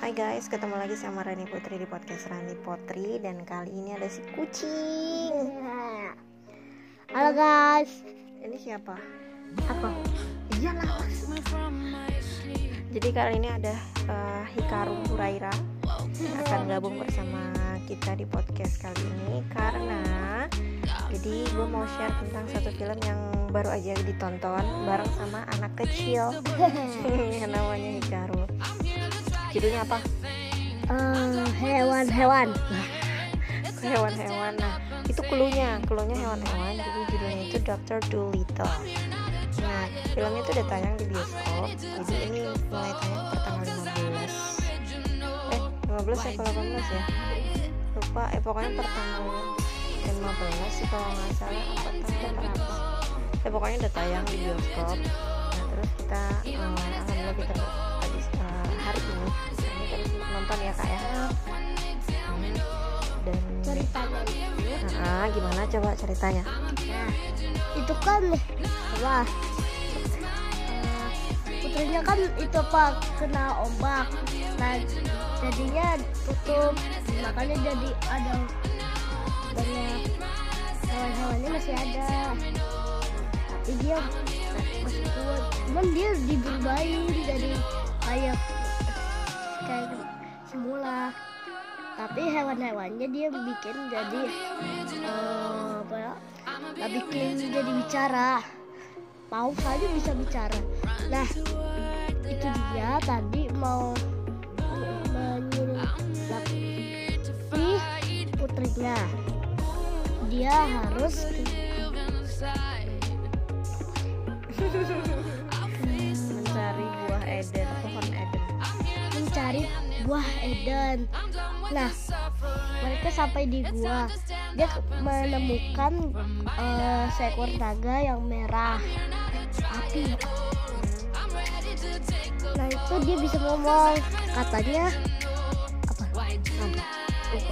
Hai guys, ketemu lagi sama Rani Putri di podcast Rani Putri. Dan kali ini ada si kucing. Halo guys. Ini siapa? Aku. Iyalah. Jadi kali ini ada Hikaru Huraira akan gabung bersama kita di podcast kali ini. Karena jadi gue mau share tentang satu film yang baru aja ditonton bareng sama anak kecil yang namanya Hikaru. Judulnya apa? Hewan-hewan. Hewan-hewan. Nah, itu cluenya hewan-hewan. Jadi judulnya itu Dr. Dolittle. Nah, filmnya itu udah tayang di bioskop. Jadi ini mulai tayang per tanggal 15 atau 18 ya? Lupa. Pokoknya per tanggal 15 sih kalau nggak salah. Apa tanggal berapa? Pokoknya udah tayang di bioskop. Nah, terus kita alhamdulillah kita tadi hari ini nonton ya kak ya. Dan Ceritanya gimana coba ceritanya? Nah, itu kan wah, putrinya kan itu pak kena ombak. Nah, jadinya tutup, makanya jadi ada banyak hewan-hewannya masih ada. Tapi dia masih kuat. Cuman dia diberbain jadi kayak semula. Tapi hewan-hewannya dia bikin jadi bikin jadi bicara. Paus saja bisa bicara. Nah, itu dia tadi mau menyuruh putrinya. Dia harus mencari buah Eden, pohon Eden. Mencari buah Eden. Nah, mereka sampai di gua. Dia menemukan seekor naga yang merah api. Nah, itu dia bisa ngomong. Katanya apa? Lupa.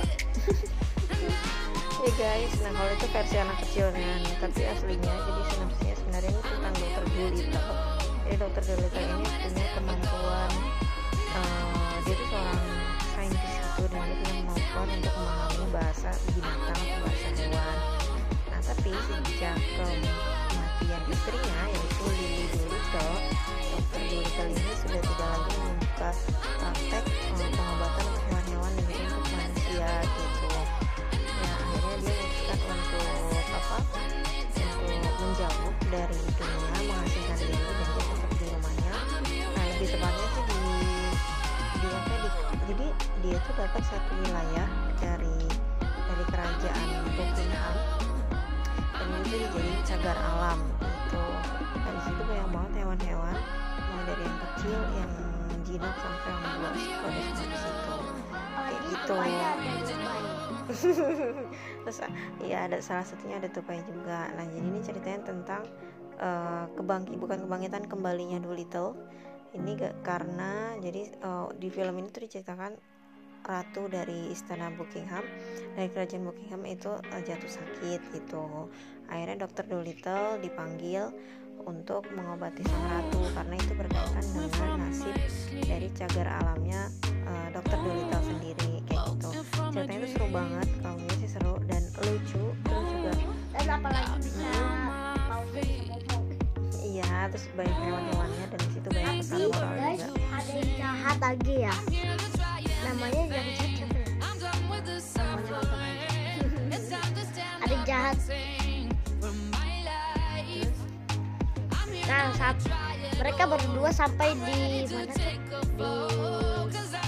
Ya guys, nah kalau itu versi anak kecilnya nih, tapi aslinya jadi sinopsisnya sebenarnya ini tentang Dr. Dolittle. Jadi Dr. Dolittle ini punya kemampuan, dia itu seorang saintis gitu, dan dia punya kemampuan untuk memahami bahasa binatang atau bahasa hewan. Nah tapi sejak kematian istrinya yaitu Lily Dolittle, Dr. Dolittle ini sudah tidak lagi membuka praktek pengobatan untuk hewan-hewan dan juga untuk manusia gitu. Dia memutuskan untuk menjauh dari dunia, mengasingkan diri, dan dia tetap di rumahnya. Nah, lebih tepatnya sih jadi dia tuh dapat satu wilayah dari kerajaan Buckingham, dan itu jadi cagar alam gitu. Dan di situ banyak banget hewan-hewan, mulai dari yang kecil, yang jinak sampai yang buas, kalau di situ kayak gitu. Terus ya ada salah satunya ada tupai juga. Nah jadi ini ceritanya tentang kebangkitan kembalinya Dolittle ini karena jadi di film ini tuh diceritakan ratu dari istana Buckingham, dari kerajaan Buckingham itu jatuh sakit gitu. Akhirnya Dr. Dolittle dipanggil untuk mengobati sang ratu karena itu berkaitan dengan nasib dari cagar alamnya Dr. Dolittle sendiri kayak gitu. Ceritanya itu seru banget, kalau gue sih seru dan lucu, terus juga dan apalagi bisa pausnya ngomong. Iya, terus banyak hewan-hewannya dan di situ banyak pesan moral guys, juga. ada yang jahat lagi ya, namanya yang jahat. Ada yang jahat. Nah, saat mereka berdua sampai di mana tuh?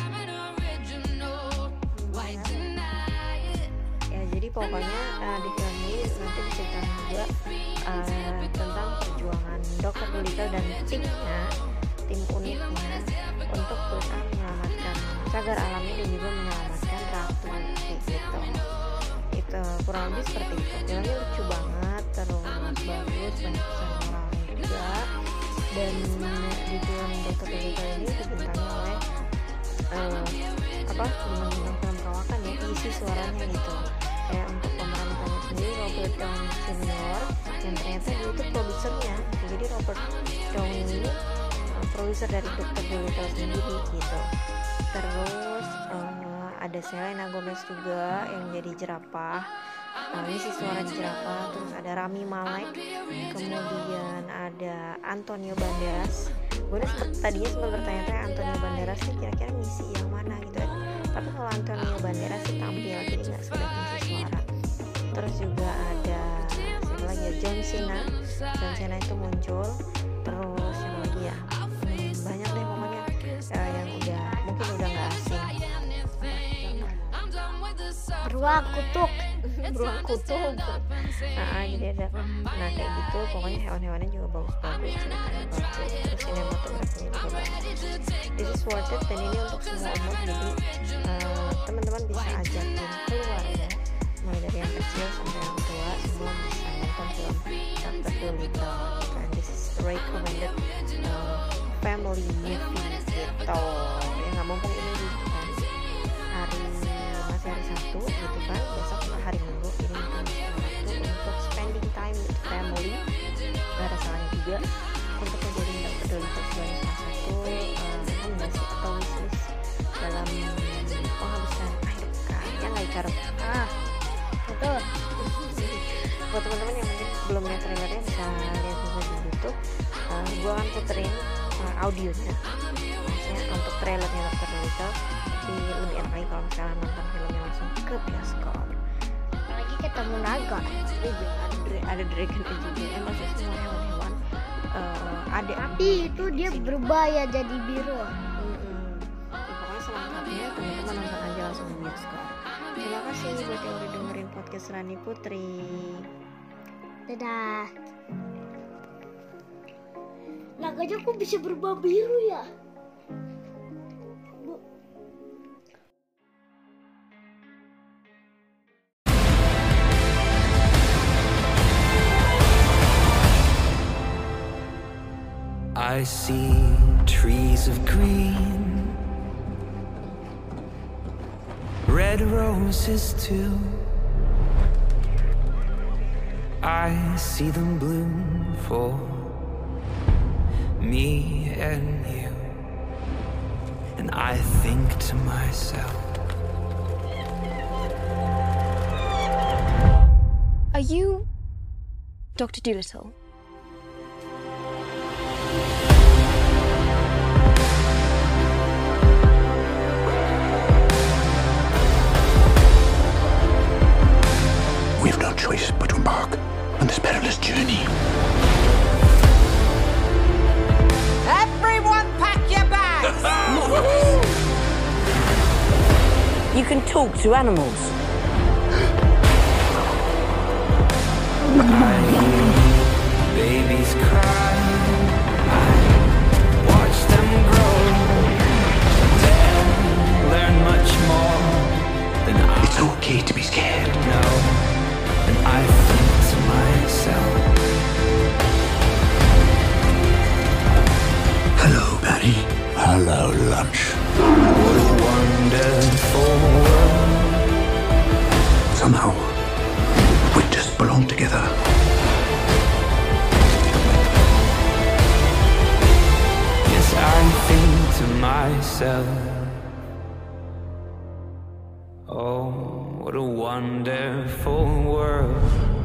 Pokoknya di film ini nanti diceritakan juga tentang perjuangan Dr. Dolittle dan tim uniknya untuk berusaha menyelamatkan cagar alamnya dan juga menyelamatkan ratu gitu. Itu kurang lebih seperti itu. Filmnya lucu banget, terus bagus, banyak pesan moralnya juga. Dan di film Dr. Dolittle ini dibintangi oleh bintang film kawakan ya, isi suaranya gitu. Kayak untuk pemeran utamanya sendiri Robert Downey Jr. yang ternyata dia itu produsernya. Jadi Robert Downey ini produser dari Dr. Dolittle sendiri gitu. Terus ada Selena Gomez juga yang jadi jerapah, ngisi suara jerapah. Terus ada Rami Malek, kemudian ada Antonio Banderas. Gue tadinya sempat bertanya-tanya Antonio Banderas sih kira-kira ngisi yang mana gitu kan. Tapi kalau Antonio Banderas sih tampil, jadi nggak sekedar ngisi suara. Terus juga ada siapa lagi ya, John Cena itu muncul. Terus siapa lagi ya, banyak deh pokoknya yang mungkin udah nggak asing. Beruang kutub. Jadi ada kayak gitu, pokoknya hewan-hewannya juga bagus-bagus, ceritanya bagus, terus sinematografinya juga bagus. This is worth it, dan ini untuk semua umur, jadi teman-teman bisa ajakin keluar ya, mulai dari yang kecil sampai yang tua, semua bisa nonton film Dr. Dolittle gitu. And this is recommended family movie gitu ya, nggak mumpung ini di masih hari Sabtu gitu kan, besok hari Minggu, ini mungkin waktu untuk spending time with family. Gak ada salahnya juga untuk menjadi Dr. Dolittle sebagai salah satu rekomendasi atau wishlist dalam penghabisan akhir pekan, ya nggak Ikaru? Betul. Buat teman-teman yang mungkin belum lihat trailernya, bisa lihat juga di YouTube. Gue akan puterin audionya maksudnya untuk trailernya Dr. Dolittle. Tapi lebih enak lagi kalau misalnya nonton filmnya langsung ke bioskop. Apalagi ketemu naga. Ada dragon juga, maksudnya semua hewan-hewan ada. Tapi itu dia berubah ya jadi biru. Pokoknya selengkapnya teman-teman nonton aja langsung di bioskop. Terima kasih buat yang udah dengerin podcast Rani Putri. Dadah. Naganya kok bisa berubah biru ya? I see trees of green, red roses too. I see them bloom for me and you. And I think to myself, are you Dr. Dolittle? We've no choice but to embark on this perilous journey. Everyone pack your bags! You can talk to animals. I hear babies cry, I watch them grow, then learn much more than I It's okay to be scared. know. And I think to myself, Hello, Barry. Hello, lunch. what a wonderful world. Somehow, we just belong together. Yes, I think to myself, oh, what a wonderful world.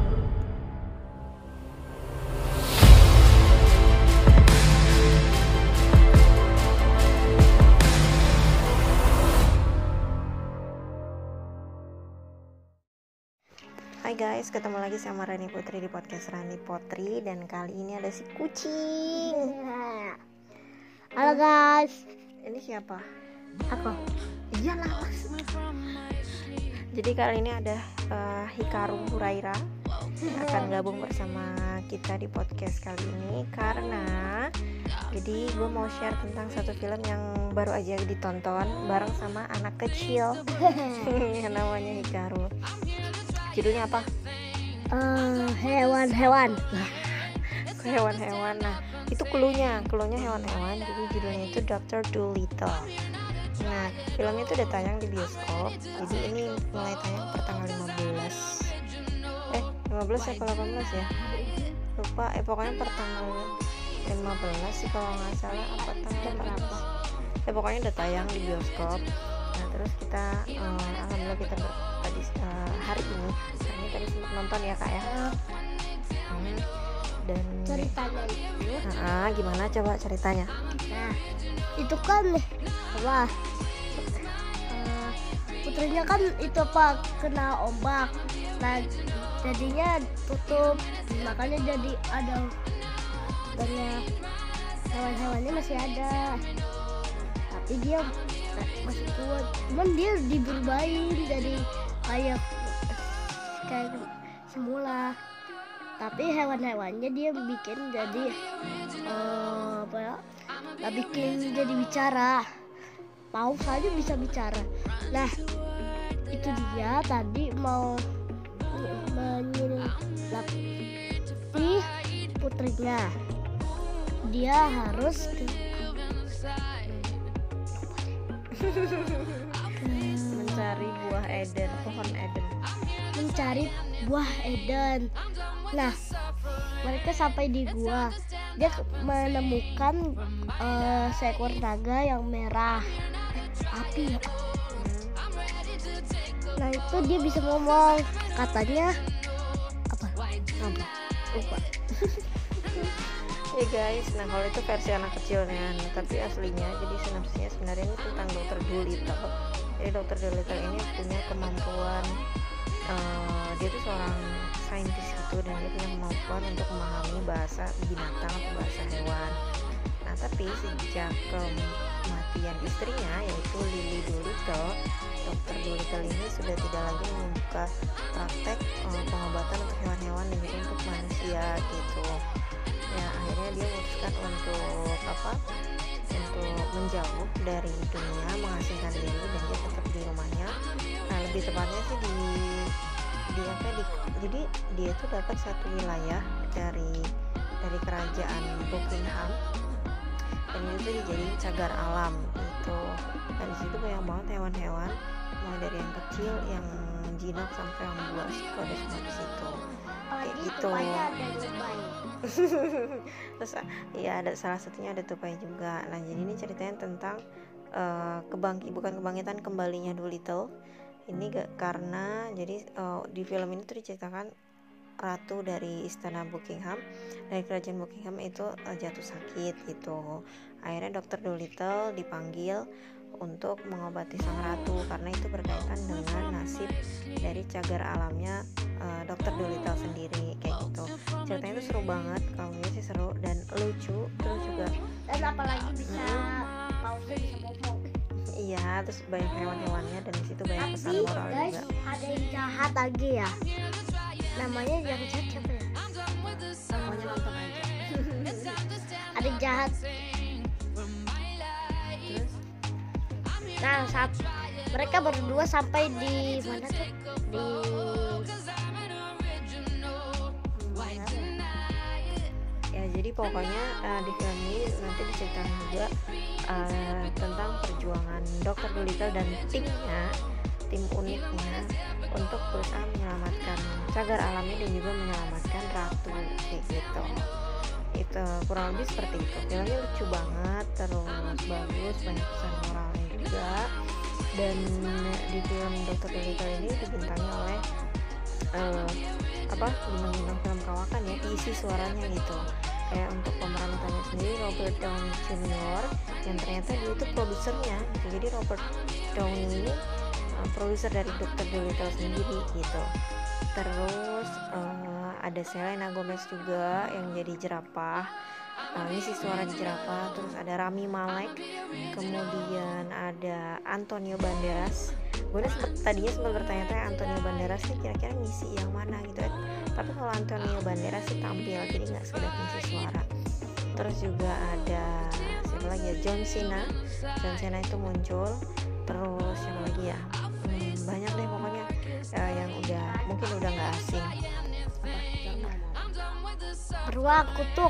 Hai guys, ketemu lagi sama Rani Putri di podcast Rani Putri. Dan kali ini ada si kucing. Halo guys. Ini siapa? Aku. Iyalah. Jadi kali ini ada Hikaru Huraira akan gabung bersama kita di podcast kali ini. Karena jadi gue mau share tentang satu film yang baru aja ditonton bareng sama anak kecil yang namanya Hikaru. Judulnya apa? Hewan-hewan. Hewan-hewan. Nah, itu cluenya hewan-hewan. Jadi judulnya itu Dr. Dolittle. Nah, filmnya itu udah tayang di bioskop. Jadi ini mulai tayang per tanggal 15 apa 18 ya? Lupa. Pokoknya per tanggal 15 sih kalau nggak salah. Apa tanggal berapa? Pokoknya udah tayang di bioskop. Nah, Terus kita alhamdulillah kita tadi hari ini tadi sempat nonton ya kak ya. Dan Ceritanya itu, gimana coba ceritanya? nah itu kan apa? Putrinya kan itu apa kena ombak, nah jadinya tutup, makanya jadi ada banyak hewan-hewannya masih ada, tapi dia masih kuat, cuman dia diberbain jadi kayak semula, tapi hewan-hewannya dia bikin jadi apa ya, nggak bikin jadi bicara, paus saja bisa bicara. Nah itu dia tadi mau menyelidiki putrinya, dia harus mencari buah Eden, pohon Eden. mencari buah Eden. Nah mereka sampai di gua, dia menemukan seekor naga yang merah, api ya. Nah itu dia bisa ngomong, katanya apa? Lupa. Ya guys, nah kalau itu versi anak kecilnya, tapi aslinya jadi sinopsisnya sebenarnya ini tentang Dr. Dolittle. Jadi Dr. Dolittle ini punya kemampuan, dia tuh seorang saintis gitu, dan dia punya kemampuan untuk memahami bahasa binatang atau bahasa hewan. Nah tapi sejak kematian istrinya yaitu Lily Dolittle, Dr. Dolittle ini sudah tidak lagi membuka praktek pengobatan untuk hewan-hewan dan juga untuk manusia gitu. Ya akhirnya dia memutuskan untuk menjauh dari dunia, mengasingkan diri, dan dia tetap di rumahnya. Nah lebih tepatnya sih jadi dia tuh dapat satu wilayah dari kerajaan Buckingham, dan itu tuh dijadiin cagar alam gitu. Dan di situ banyak banget hewan-hewan, mulai dari yang kecil, yang jinak sampai yang buas, itu ada semua di situ. Kayak gitu. Terus ya ada salah satunya ada tupai juga. Nah jadi ini ceritanya tentang bukan kebangkitan kembalinya Dolittle. Ini karena jadi di film ini tuh diceritakan ratu dari istana Buckingham, dari kerajaan Buckingham itu jatuh sakit gitu. Akhirnya Dr. Dolittle dipanggil untuk mengobati sang ratu karena itu berkaitan dengan nasib dari cagar alamnya Dr. Dolittle sendiri kayak gitu. Ceritanya itu seru banget, kalau menurut sih seru dan lucu, terus juga Dan apalagi bisa pausnya bisa ngomong. iya, terus banyak hewan-hewannya dan di situ banyak pesan Tapi moral guys, juga. ada yang jahat lagi ya. Namanya yang jahat siapa ya? Pokoknya nonton aja. Ada yang jahat. Terus Nah, saat mereka berdua sampai di mana tuh? ya jadi pokoknya di film ini nanti diceritakan juga tentang perjuangan Dr. Dolittle dan timnya, tim uniknya untuk berusaha menyelamatkan cagar alamnya dan juga menyelamatkan ratu kayak gitu. Itu kurang lebih seperti itu. Filmnya lucu banget, terus bagus, banyak pesan moralnya juga. Dan di film Dr. Dolittle ini dibintangi oleh bintang-bintang film kawakan ya, diisi suaranya gitu. Kayak untuk pemeran utamanya sendiri Robert Downey Jr. yang ternyata dia itu produsernya gitu. Jadi Robert Downey ini produser dari Dr. Dolittle sendiri gitu. Terus ada Selena Gomez juga yang jadi jerapah, ngisi suara di jerapah. Terus ada Rami Malek, kemudian ada Antonio Banderas. Gue tadinya sempat bertanya-tanya Antonio Banderas sih kira-kira ngisi yang mana gitu ya. Tapi kalau Antonio Banderas sih tampil, jadi nggak sekedar ngisi suara. Terus juga ada siapa lagi ya, John Cena itu muncul. Terus siapa lagi ya, banyak deh pokoknya yang mungkin udah nggak asing. Beruang kutub.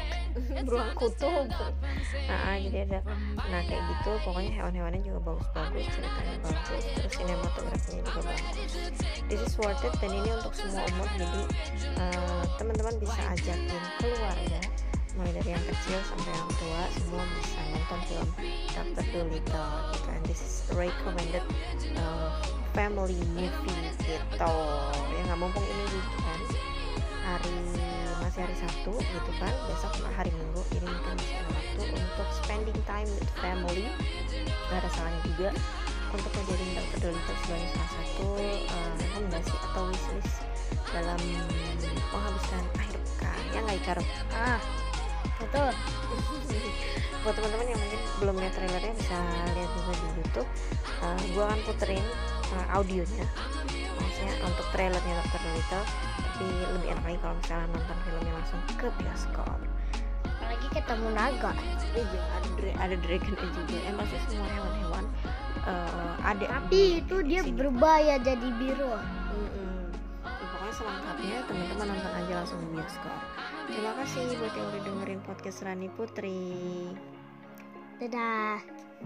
Jadi ada kayak gitu, pokoknya hewan-hewannya juga bagus-bagus, ceritanya bagus, terus sinematografinya juga bagus. This is worth it, dan ini untuk semua umur, jadi teman-teman bisa ajakin keluarga mulai dari yang kecil sampai yang tua semua bisa nonton film Dr. Dolittle gitu. And this is recommended family movie gitu ya. Nggak, mumpung ini weekend, masih hari Sabtu gitu kan, besok hari Minggu, jadi mungkin masih ada waktu untuk spending time with family. Gak ada salahnya juga untuk menjadi Dr. Dolittle sebagai salah satu rekomendasi atau wishlist dalam menghabiskan akhir pekan, ya nggak Icaro? Betul. Buat teman-teman yang mungkin belum lihat trailernya bisa lihat juga di YouTube. Gue akan puterin audionya, maksudnya untuk trailernya Dr. Dolittle, tapi lebih enak lagi kalau misalnya nonton filmnya langsung ke bioskop. Apalagi ketemu naga. Iya, ada dragonnya juga. Masih semua hewan-hewan ada. Tapi itu dia berubah ya jadi biru. Ya, pokoknya selengkapnya teman-teman nonton aja langsung di bioskop. Terima kasih buat yang udah dengerin podcast Rani Putri. Dadah.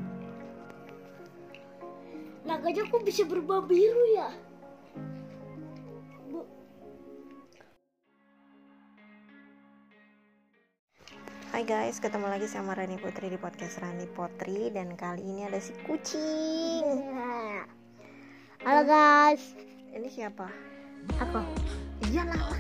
Naganya kok bisa berubah biru ya? Hai guys, ketemu lagi sama Rani Putri di podcast Rani Putri. Dan kali ini ada si kucing. Halo guys. Ini siapa? Aku. Iyalah.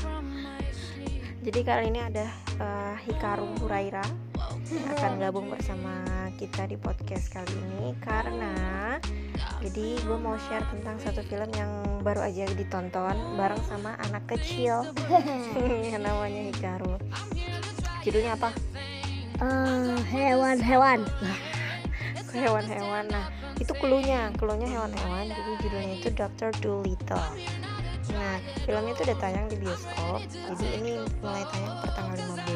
Jadi kali ini ada Hikaru Huraira akan gabung bersama kita di podcast kali ini, karena jadi gue mau share tentang satu film yang baru aja ditonton bareng sama anak kecil yang namanya Hikaru. Judulnya apa? Hewan-hewan. Hewan-hewan. Nah, itu cluenya hewan-hewan. Jadi judulnya itu Dr. Dolittle. Nah, filmnya itu udah tayang di bioskop. Jadi ini mulai tayang per tanggal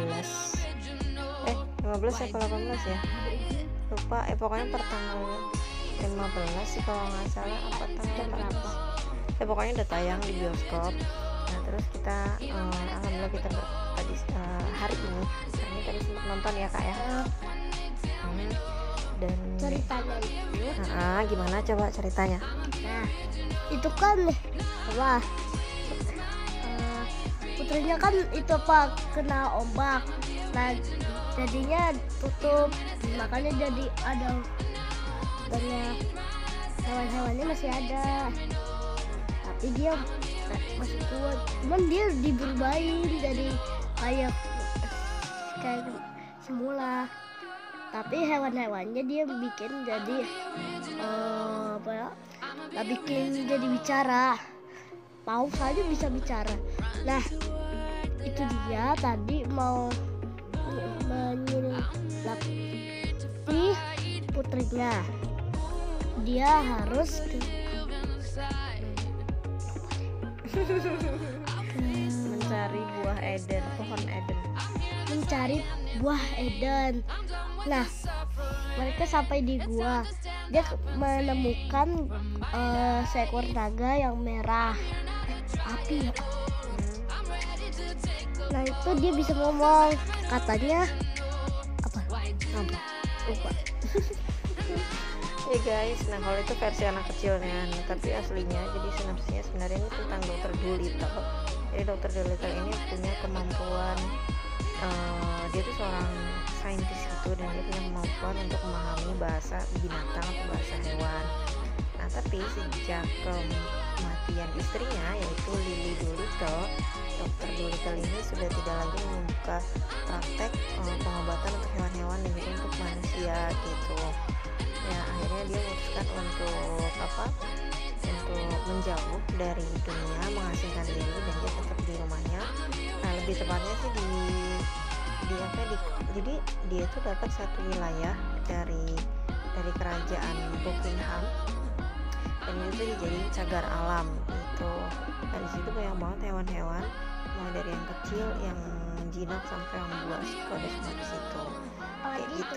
15 atau 18 ya? Lupa. Pokoknya per tanggal 15 sih kalau nggak salah. Apa tanggal berapa? Pokoknya udah tayang di bioskop. Nah, terus kita alhamdulillah kita hari ini tadi sempat nonton ya kak ya. Dan Ceritanya itu gimana coba ceritanya? Nah, itu kan putrinya kan itu kena ombak. Nah, jadinya tutup, makanya jadi ada banyak hewan-hewannya masih ada, tapi dia masih kuat. Cuman dia diberbain jadi kayak semula, tapi hewan-hewannya dia bikin jadi bikin jadi bicara. Paus saja bisa bicara. Nah, itu dia tadi mau menyelidiki putrinya. Dia harus mencari buah Eden, pohon Eden. Mencari buah Eden. Nah, mereka sampai di gua. Dia menemukan seekor naga yang merah, api. Nah, itu dia bisa ngomong. Katanya apa? Lupa. Ya guys, nah kalau itu versi anak kecilnya, tapi aslinya jadi sinopsisnya sebenarnya ini tentang Dr. Dolittle. Jadi Dr. Dolittle ini punya kemampuan, dia tuh seorang saintis gitu, dan dia punya kemampuan untuk memahami bahasa binatang atau bahasa hewan. Nah, tapi sejak kematian istrinya yaitu Lily Dolittle, Dr. Dolittle ini sudah tidak lagi membuka praktek pengobatan untuk hewan-hewan dan juga untuk manusia gitu. Ya, akhirnya dia memutuskan untuk menjauh dari dunia, mengasingkan diri, dan dia tetap di rumahnya. Nah, lebih tepatnya sih jadi dia tuh dapat satu wilayah dari kerajaan Buckingham, dan itu tuh dijadiin cagar alam gitu. Dan di situ banyak banget hewan-hewan, mulai dari yang kecil, yang jinak sampai yang buas, ada semua di situ. Kayak gitu.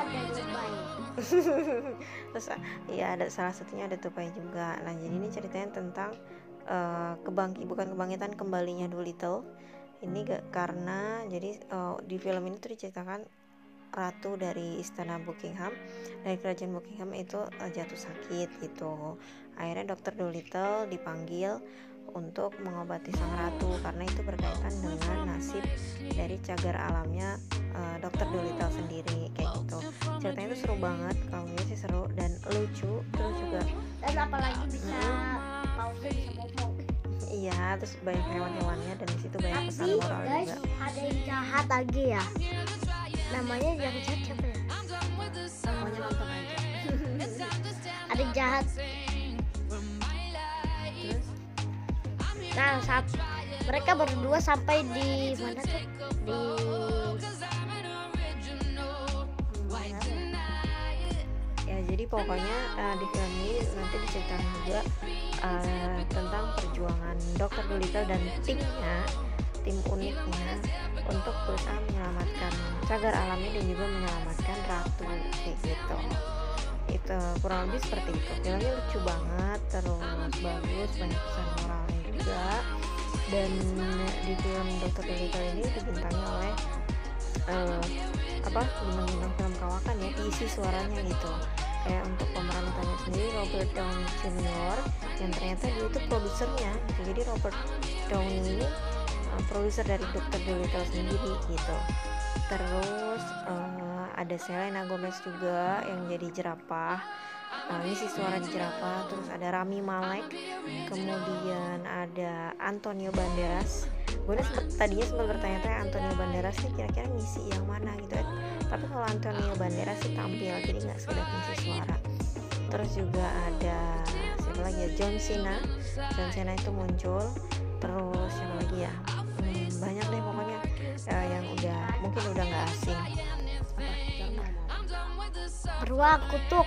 Terus ya ada salah satunya ada tupai juga. Nah, jadi ini ceritanya tentang kebangkitan kembalinya Dolittle. Ini karena jadi di film ini tuh diceritakan ratu dari istana Buckingham, dari kerajaan Buckingham itu jatuh sakit gitu. Akhirnya Dr. Dolittle dipanggil untuk mengobati sang ratu, karena itu berkaitan dengan nasib dari cagar alamnya Dr. Dolittle sendiri kayak gitu. Ceritanya itu seru banget, kalau gue sih seru dan lucu, terus juga Dan apalagi bisa pausnya bisa ngomong. iya, terus banyak hewan-hewannya dan di situ banyak pesan Tapi moral guys, juga. ada yang jahat lagi ya. Namanya yang jahat siapa ya? Pokoknya nonton aja. Ada yang jahat. Terus Nah, saat mereka berdua sampai di mana tuh? Di ya jadi pokoknya di film ini nanti diceritakan juga tentang perjuangan Dr. Dolittle dan timnya, tim uniknya untuk berusaha menyelamatkan cagar alamnya dan juga menyelamatkan ratu kayak gitu. Itu kurang lebih seperti itu. Filmnya lucu banget, terus bagus, banyak pesan moralnya juga. Dan di film Dr. Dolittle ini dibintangi oleh bintang film kawakan ya, diisi suaranya gitu. Kayak untuk pemeran utamanya sendiri Robert Downey Jr. yang ternyata dia itu produsernya gitu. Jadi Robert Downey ini produser dari Dr. Dolittle sendiri gitu. Terus ada Selena Gomez juga yang jadi jerapah, ngisi suara di jerapah. Terus ada Rami Malek, kemudian ada Antonio Banderas. Gue tadinya sempat bertanya-tanya Antonio Banderas nih kira-kira ngisi yang mana gitu ya. Tapi kalau Antonio Banderas sih tampil, jadi nggak sekedar ngisi suara. Terus juga ada siapa lagi ya, John Cena itu muncul. Terus siapa lagi ya, banyak deh pokoknya yang mungkin udah nggak asing. beruang kutub.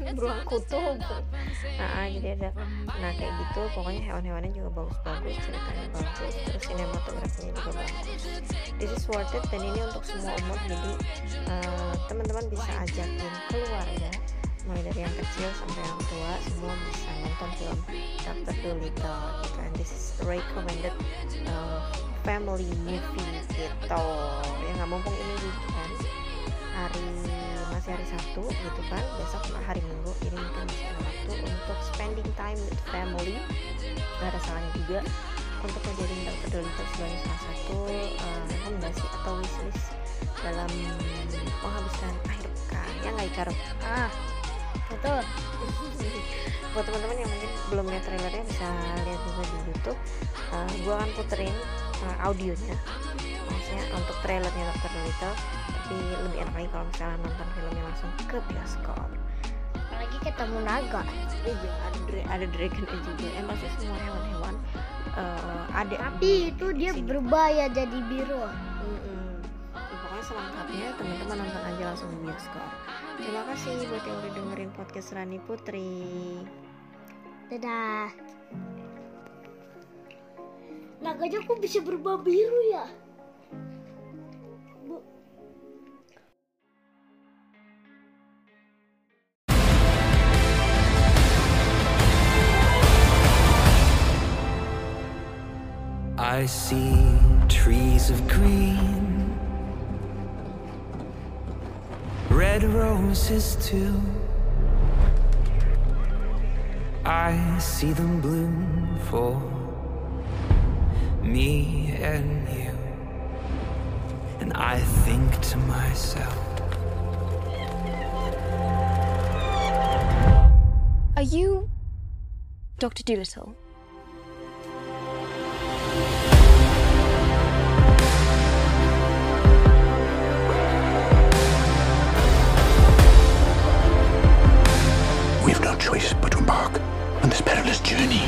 Jadi ada kayak gitu, pokoknya hewan-hewannya juga bagus-bagus, ceritanya bagus, terus sinematografinya juga bagus. This is worth it, dan ini untuk semua umur, jadi teman-teman bisa ajakin keluarga mulai dari yang kecil sampai yang tua, semua bisa nonton film Dr. Dolittle gitu. And this is recommended family movie gitu ya. Nggak mumpung ini weekend, masih hari Sabtu gitu kan, besok hari Minggu, jadi mungkin masih ada waktu untuk spending time with family. Gak ada salahnya juga untuk menjadiin Dr. Dolittle sebagai salah satu rekomendasi atau wishlist dalam menghabiskan akhir pekan ya nggak Ikarep? Betul. Buat teman-teman yang mungkin belum lihat trailernya bisa lihat juga di YouTube. Gue akan puterin audionya, maksudnya untuk trailernya Dr. Dolittle, tapi lebih enak lagi kalau misalnya nonton filmnya langsung ke bioskop. Apalagi ketemu naga. Iya, ada dragonnya juga. Maksudnya semua hewan-hewan ada. Tapi itu dia berubah ya jadi biru. Pokoknya selengkapnya teman-teman nonton aja langsung di bioskop. Terima kasih buat yang udah dengerin podcast Rani Putri. Dadah. Naganya kok bisa berubah biru ya? I see trees of green, red roses too. I see them bloom for me and you, and I think to myself, Are you Dr. Dolittle? We've no choice but to embark on this perilous journey.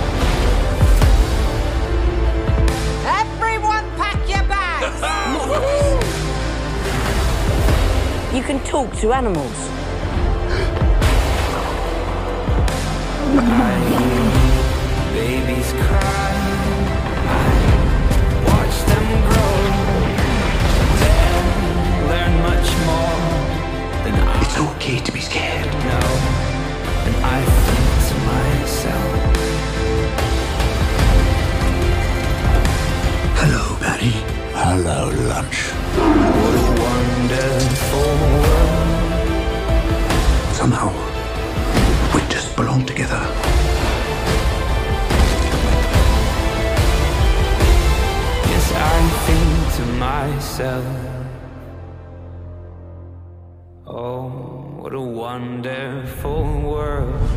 Everyone pack your bags! You can talk to animals. I hear babies cry, I watch them grow, they'll learn much more than I It's okay to be scared. know, and I think to myself, Hello, Barry. Hello, lunch. what a wonderful world myself. Oh, what a wonderful world.